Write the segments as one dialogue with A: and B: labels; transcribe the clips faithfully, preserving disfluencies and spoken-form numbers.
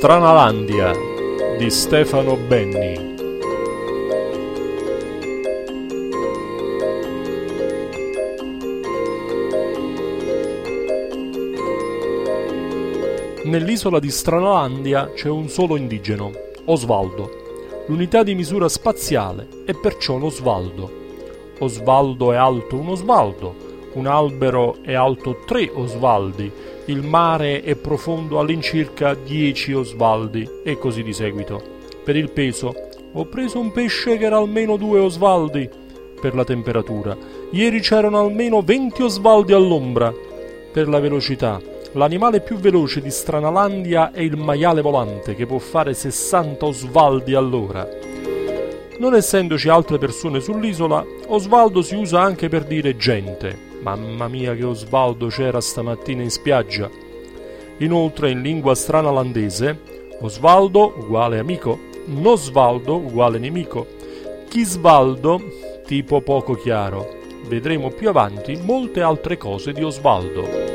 A: Stranalandia di Stefano Benni. Nell'isola di Stranalandia c'è un solo indigeno, Osvaldo, l'unità di misura spaziale e perciò l'Osvaldo. Osvaldo è alto un Osvaldo, un albero è alto tre Osvaldi, il mare è profondo all'incirca dieci Osvaldi e così di seguito. Per il peso, ho preso un pesce che era almeno due Osvaldi. Per la temperatura, ieri c'erano almeno venti Osvaldi all'ombra. Per la velocità, l'animale più veloce di Stranalandia è il maiale volante, che può fare sessanta Osvaldi all'ora. Non essendoci altre persone sull'isola, Osvaldo si usa anche per dire gente. Mamma mia che Osvaldo c'era stamattina in spiaggia. Inoltre in lingua stranalandese, Osvaldo uguale amico, Nosvaldo uguale nemico, Chisvaldo tipo poco chiaro. Vedremo più avanti molte altre cose di Osvaldo.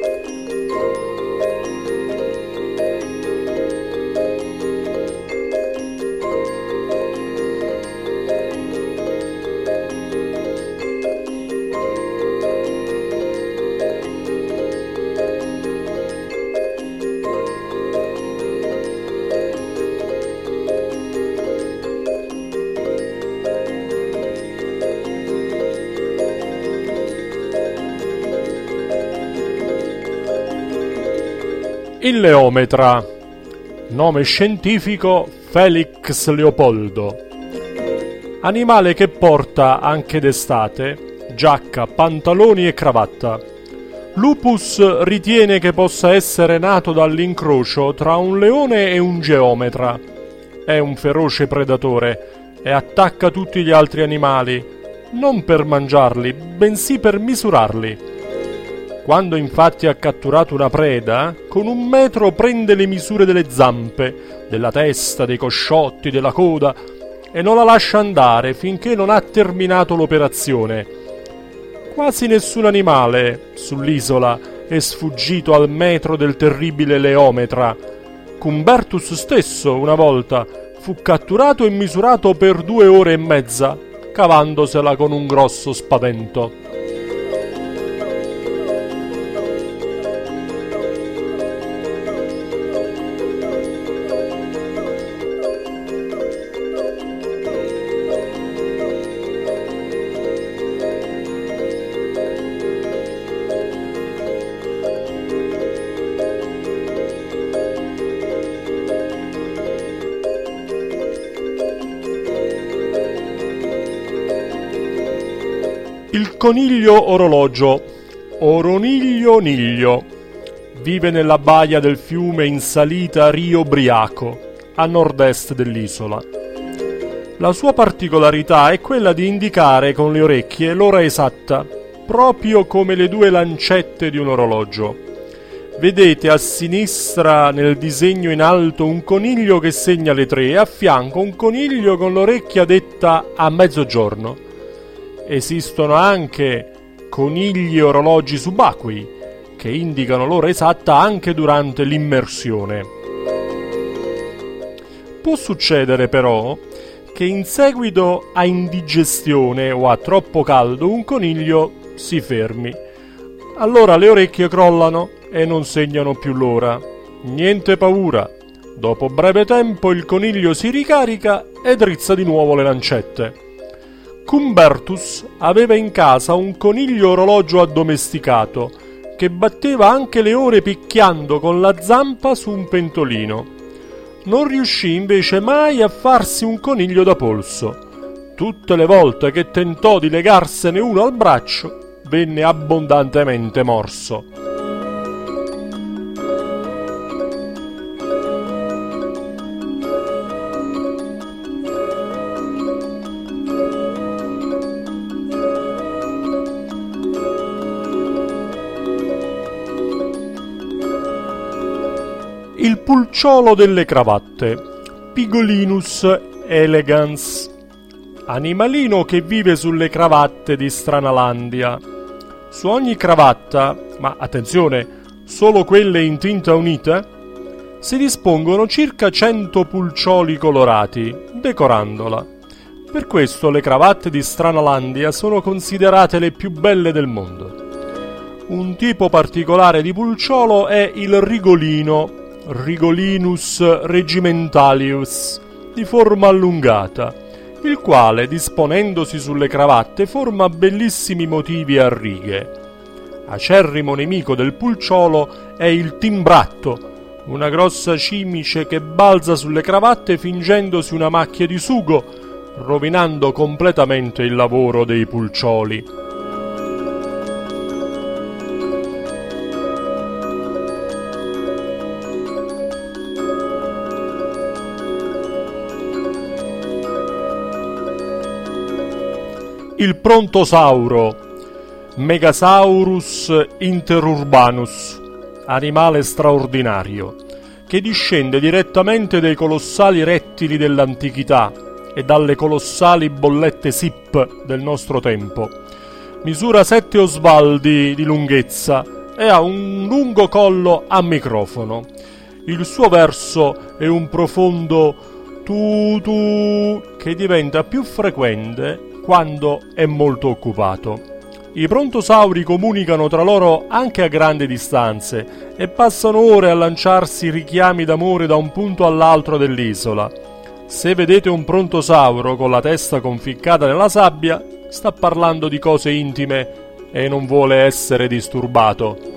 A: Il leometra, nome scientifico Felix Leopoldo, animale che porta anche d'estate giacca, pantaloni e cravatta. Lupus ritiene che possa essere nato dall'incrocio tra un leone e un geometra. È un feroce predatore e attacca tutti gli altri animali, non per mangiarli, bensì per misurarli. Quando infatti ha catturato una preda, con un metro prende le misure delle zampe, della testa, dei cosciotti, della coda e non la lascia andare finché non ha terminato l'operazione. Quasi nessun animale sull'isola è sfuggito al metro del terribile leometra. Cumbertus stesso, una volta, fu catturato e misurato per due ore e mezza, cavandosela con un grosso spavento. Il coniglio orologio, Oroniglio niglio, vive nella baia del fiume in salita Rio Briaco, a nord-est dell'isola. La sua particolarità è quella di indicare con le orecchie l'ora esatta, proprio come le due lancette di un orologio. Vedete a sinistra nel disegno in alto un coniglio che segna le tre e a fianco un coniglio con l'orecchia detta a mezzogiorno. Esistono anche conigli orologi subacquei, che indicano l'ora esatta anche durante l'immersione. Può succedere però che in seguito a indigestione o a troppo caldo un coniglio si fermi. Allora le orecchie crollano e non segnano più l'ora. Niente paura. Dopo breve tempo il coniglio si ricarica e drizza di nuovo le lancette. Cumbertus aveva in casa un coniglio orologio addomesticato che batteva anche le ore picchiando con la zampa su un pentolino. Non riuscì invece mai a farsi un coniglio da polso. Tutte le volte che tentò di legarsene uno al braccio, venne abbondantemente morso. Il pulciolo delle cravatte, Pigolinus elegans, animalino che vive sulle cravatte di Stranalandia. Su ogni cravatta, ma attenzione, solo quelle in tinta unita, si dispongono circa cento pulcioli colorati, decorandola. Per questo le cravatte di Stranalandia sono considerate le più belle del mondo. Un tipo particolare di pulciolo è il rigolino, Rigolinus regimentalius, di forma allungata, il quale, disponendosi sulle cravatte, forma bellissimi motivi a righe. Acerrimo nemico del pulciolo è il timbratto, una grossa cimice che balza sulle cravatte fingendosi una macchia di sugo, rovinando completamente il lavoro dei pulcioli. Il prontosauro, Megasaurus interurbanus, animale straordinario, che discende direttamente dai colossali rettili dell'antichità e dalle colossali bollette S I P del nostro tempo. Misura sette osvaldi di lunghezza e ha un lungo collo a microfono. Il suo verso è un profondo tu-tu che diventa più frequente quando è molto occupato. I prontosauri comunicano tra loro anche a grandi distanze e passano ore a lanciarsi richiami d'amore da un punto all'altro dell'isola. Se vedete un prontosauro con la testa conficcata nella sabbia, sta parlando di cose intime e non vuole essere disturbato.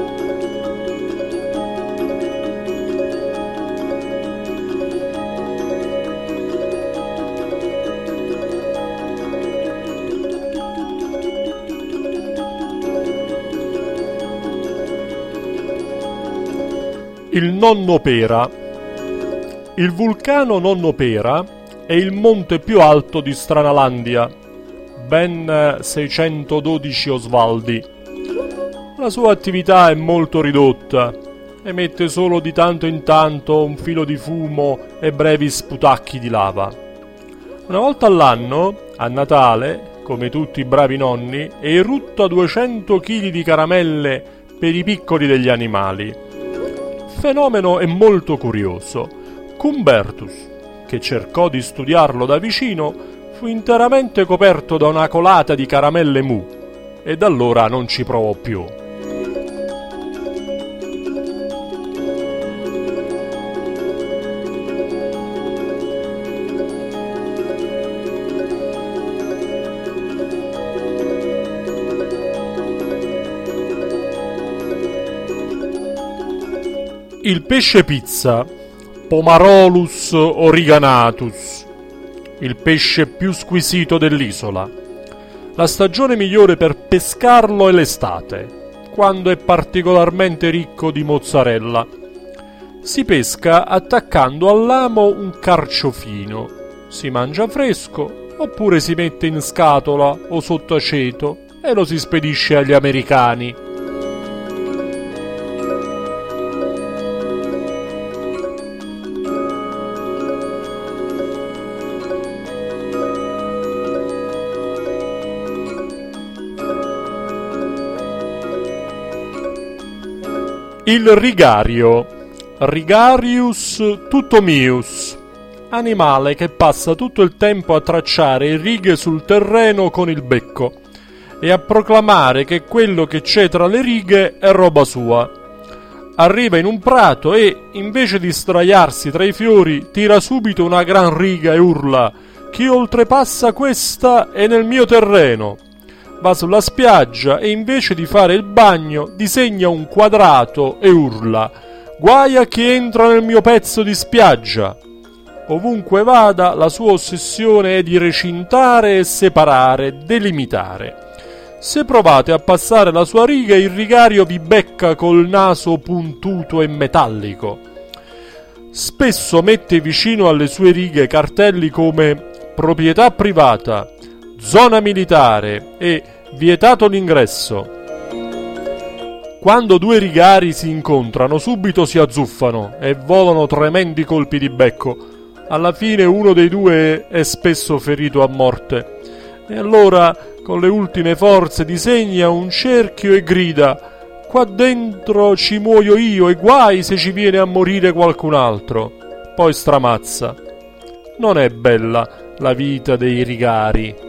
A: Il Nonno Pera. Il vulcano Nonno Pera è il monte più alto di Stranalandia, ben seicentododici osvaldi. La sua attività è molto ridotta, emette solo di tanto in tanto un filo di fumo e brevi sputacchi di lava. Una volta all'anno, a Natale, come tutti i bravi nonni, erutta duecento chili di caramelle per i piccoli degli animali. Il fenomeno è molto curioso. Cumbertus, che cercò di studiarlo da vicino, fu interamente coperto da una colata di caramelle mu e da allora non ci provò più. Il pesce pizza, Pomarolus origanatus, il pesce più squisito dell'isola. La stagione migliore per pescarlo è l'estate, quando è particolarmente ricco di mozzarella. Si pesca attaccando all'amo un carciofino, si mangia fresco oppure si mette in scatola o sotto aceto e lo si spedisce agli americani. Il rigario, Rigarius tutomius, animale che passa tutto il tempo a tracciare righe sul terreno con il becco e a proclamare che quello che c'è tra le righe è roba sua. Arriva in un prato e, invece di sdraiarsi tra i fiori, tira subito una gran riga e urla: «Chi oltrepassa questa è nel mio terreno!» Va sulla spiaggia e invece di fare il bagno disegna un quadrato e urla: «Guai a chi entra nel mio pezzo di spiaggia!» Ovunque vada, la sua ossessione è di recintare e separare, delimitare. Se provate a passare la sua riga, il rigario vi becca col naso puntuto e metallico. Spesso mette vicino alle sue righe cartelli come «Proprietà privata», «Zona militare» e «Vietato l'ingresso». Quando due rigari si incontrano, subito si azzuffano e volano tremendi colpi di becco. Alla fine uno dei due è spesso ferito a morte. E allora, con le ultime forze, disegna un cerchio e grida: qua dentro ci muoio io e guai se ci viene a morire qualcun altro. Poi stramazza. Non è bella la vita dei rigari.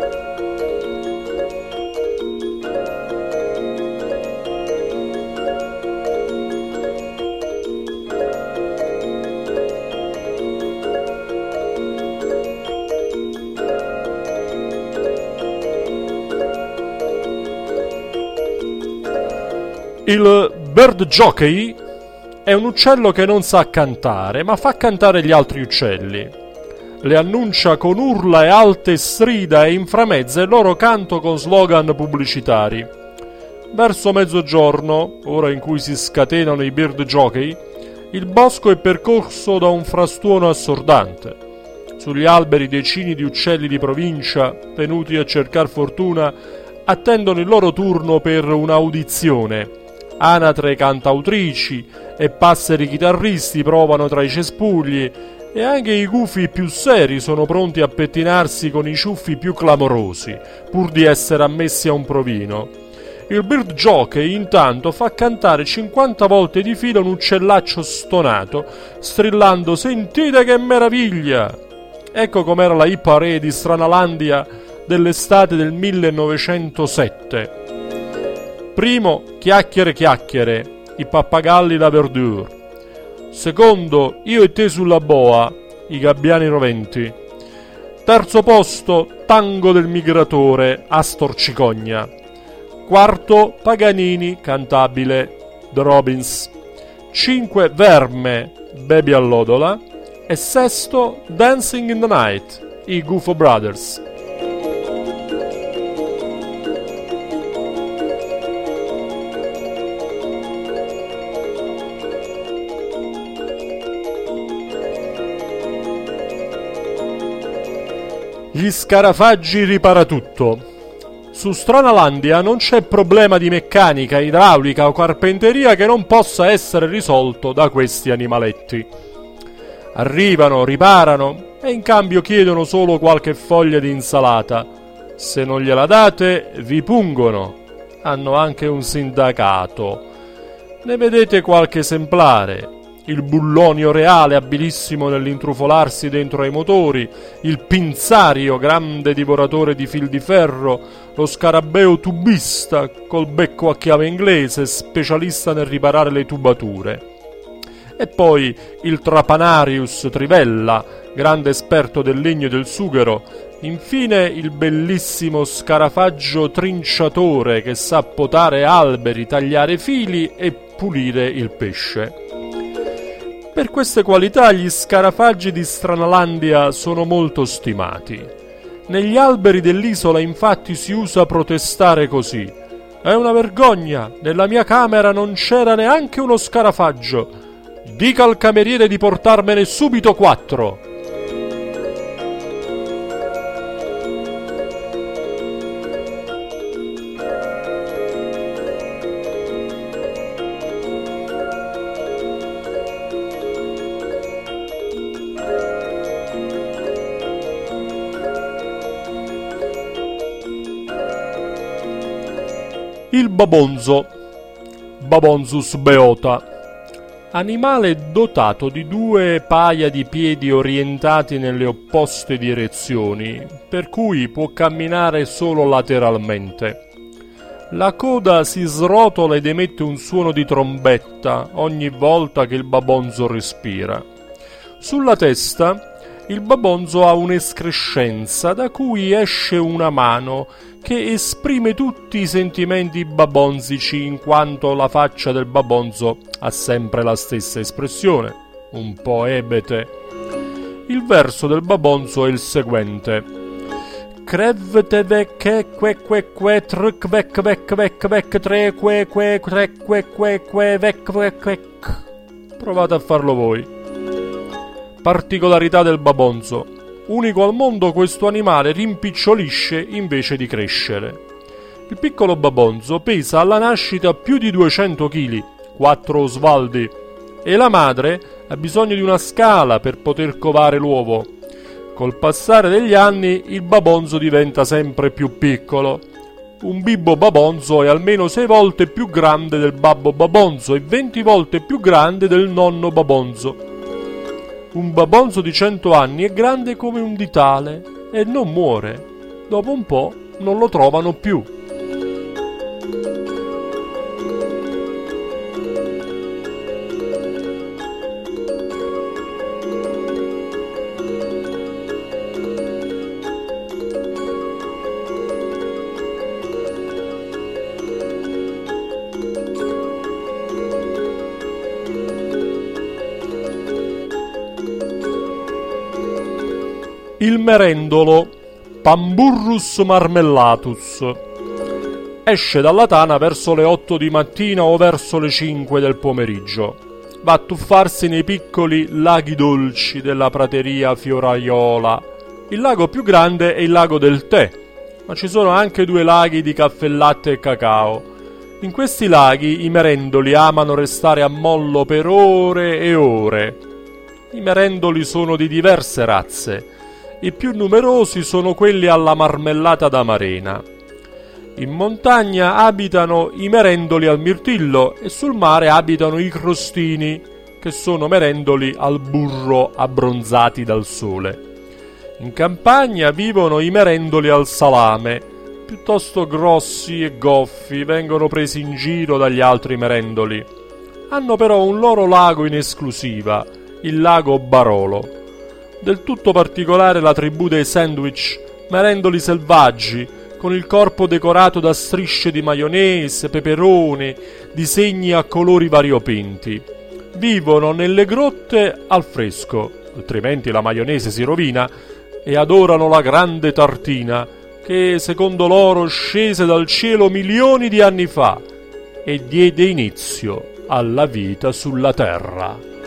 A: Il bird jockey è un uccello che non sa cantare, ma fa cantare gli altri uccelli. Le annuncia con urla e alte strida e inframezza il loro canto con slogan pubblicitari. Verso mezzogiorno, ora in cui si scatenano i bird jockey, il bosco è percorso da un frastuono assordante. Sugli alberi decine di uccelli di provincia, venuti a cercar fortuna, attendono il loro turno per un'audizione. Anatre cantautrici e passeri chitarristi provano tra i cespugli e anche i gufi più seri sono pronti a pettinarsi con i ciuffi più clamorosi, pur di essere ammessi a un provino. Il bird jockey intanto fa cantare cinquanta volte di fila un uccellaccio stonato, strillando «Sentite che meraviglia!». Ecco com'era la hit parade di Stranalandia dell'estate del millenovecentosette. Primo, chiacchiere chiacchiere, i pappagalli da verdure. Secondo, io e te sulla boa, i gabbiani roventi. Terzo posto, tango del migratore, Astor Cicogna. Quarto, Paganini, cantabile, The Robins. Cinque, Verme, Baby Allodola. E sesto, Dancing in the Night, i Gufo Brothers. Gli scarafaggi ripara tutto. Su Stranalandia non c'è problema di meccanica, idraulica o carpenteria che non possa essere risolto da questi animaletti. Arrivano, riparano e in cambio chiedono solo qualche foglia di insalata. Se non gliela date, vi pungono. Hanno anche un sindacato. Ne vedete qualche esemplare. Il bullonio reale, abilissimo nell'intrufolarsi dentro ai motori, il pinzario, grande divoratore di fil di ferro, lo scarabeo tubista, col becco a chiave inglese, specialista nel riparare le tubature. E poi il Trapanarius Trivella, grande esperto del legno e del sughero. Infine il bellissimo scarafaggio trinciatore che sa potare alberi, tagliare fili e pulire il pesce. Per queste qualità gli scarafaggi di Stranalandia sono molto stimati. Negli alberi dell'isola infatti si usa protestare così: «È una vergogna, nella mia camera non c'era neanche uno scarafaggio. Dica al cameriere di portarmene subito quattro». Il babonzo, Babonzus beota, animale dotato di due paia di piedi orientati nelle opposte direzioni, per cui può camminare solo lateralmente. La coda si srotola ed emette un suono di trombetta ogni volta che il babonzo respira. Sulla testa il babonzo ha un'escrescenza da cui esce una mano che esprime tutti i sentimenti babonzici, in quanto la faccia del babonzo ha sempre la stessa espressione, un po' ebete. Il verso del babonzo è il seguente: crevte vecche que que que truc vec vec vec vec tre que que tre que que que vec vec vec. Provate a farlo voi. Particolarità del babonzo: unico al mondo, questo animale rimpicciolisce invece di crescere. Il piccolo babonzo pesa alla nascita più di duecento chili, quattro osvaldi, e la madre ha bisogno di una scala per poter covare l'uovo. Col passare degli anni il babonzo diventa sempre più piccolo. Un Bibbo Babonzo è almeno sei volte più grande del Babbo Babonzo e venti volte più grande del nonno Babonzo. Un Babonzo di cento anni è grande come un ditale e non muore. Dopo un po' non lo trovano più. Il merendolo, Pamburrus marmellatus, esce dalla tana verso le otto di mattina o verso le cinque del pomeriggio. Va a tuffarsi nei piccoli laghi dolci della prateria Fioraiola. Il lago più grande è il lago del tè, ma ci sono anche due laghi di caffè latte e cacao. In questi laghi i merendoli amano restare a mollo per ore e ore. I merendoli sono di diverse razze. I più numerosi sono quelli alla marmellata d'amarena. In montagna abitano i merendoli al mirtillo e sul mare abitano i crostini, che sono merendoli al burro abbronzati dal sole. In campagna vivono i merendoli al salame, piuttosto grossi e goffi, vengono presi in giro dagli altri merendoli. Hanno però un loro lago in esclusiva, il lago Barolo. Del tutto particolare la tribù dei sandwich, merendoli selvaggi, con il corpo decorato da strisce di maionese, peperone, disegni a colori variopinti. Vivono nelle grotte al fresco, altrimenti la maionese si rovina, e adorano la grande tartina, che secondo loro scese dal cielo milioni di anni fa e diede inizio alla vita sulla terra.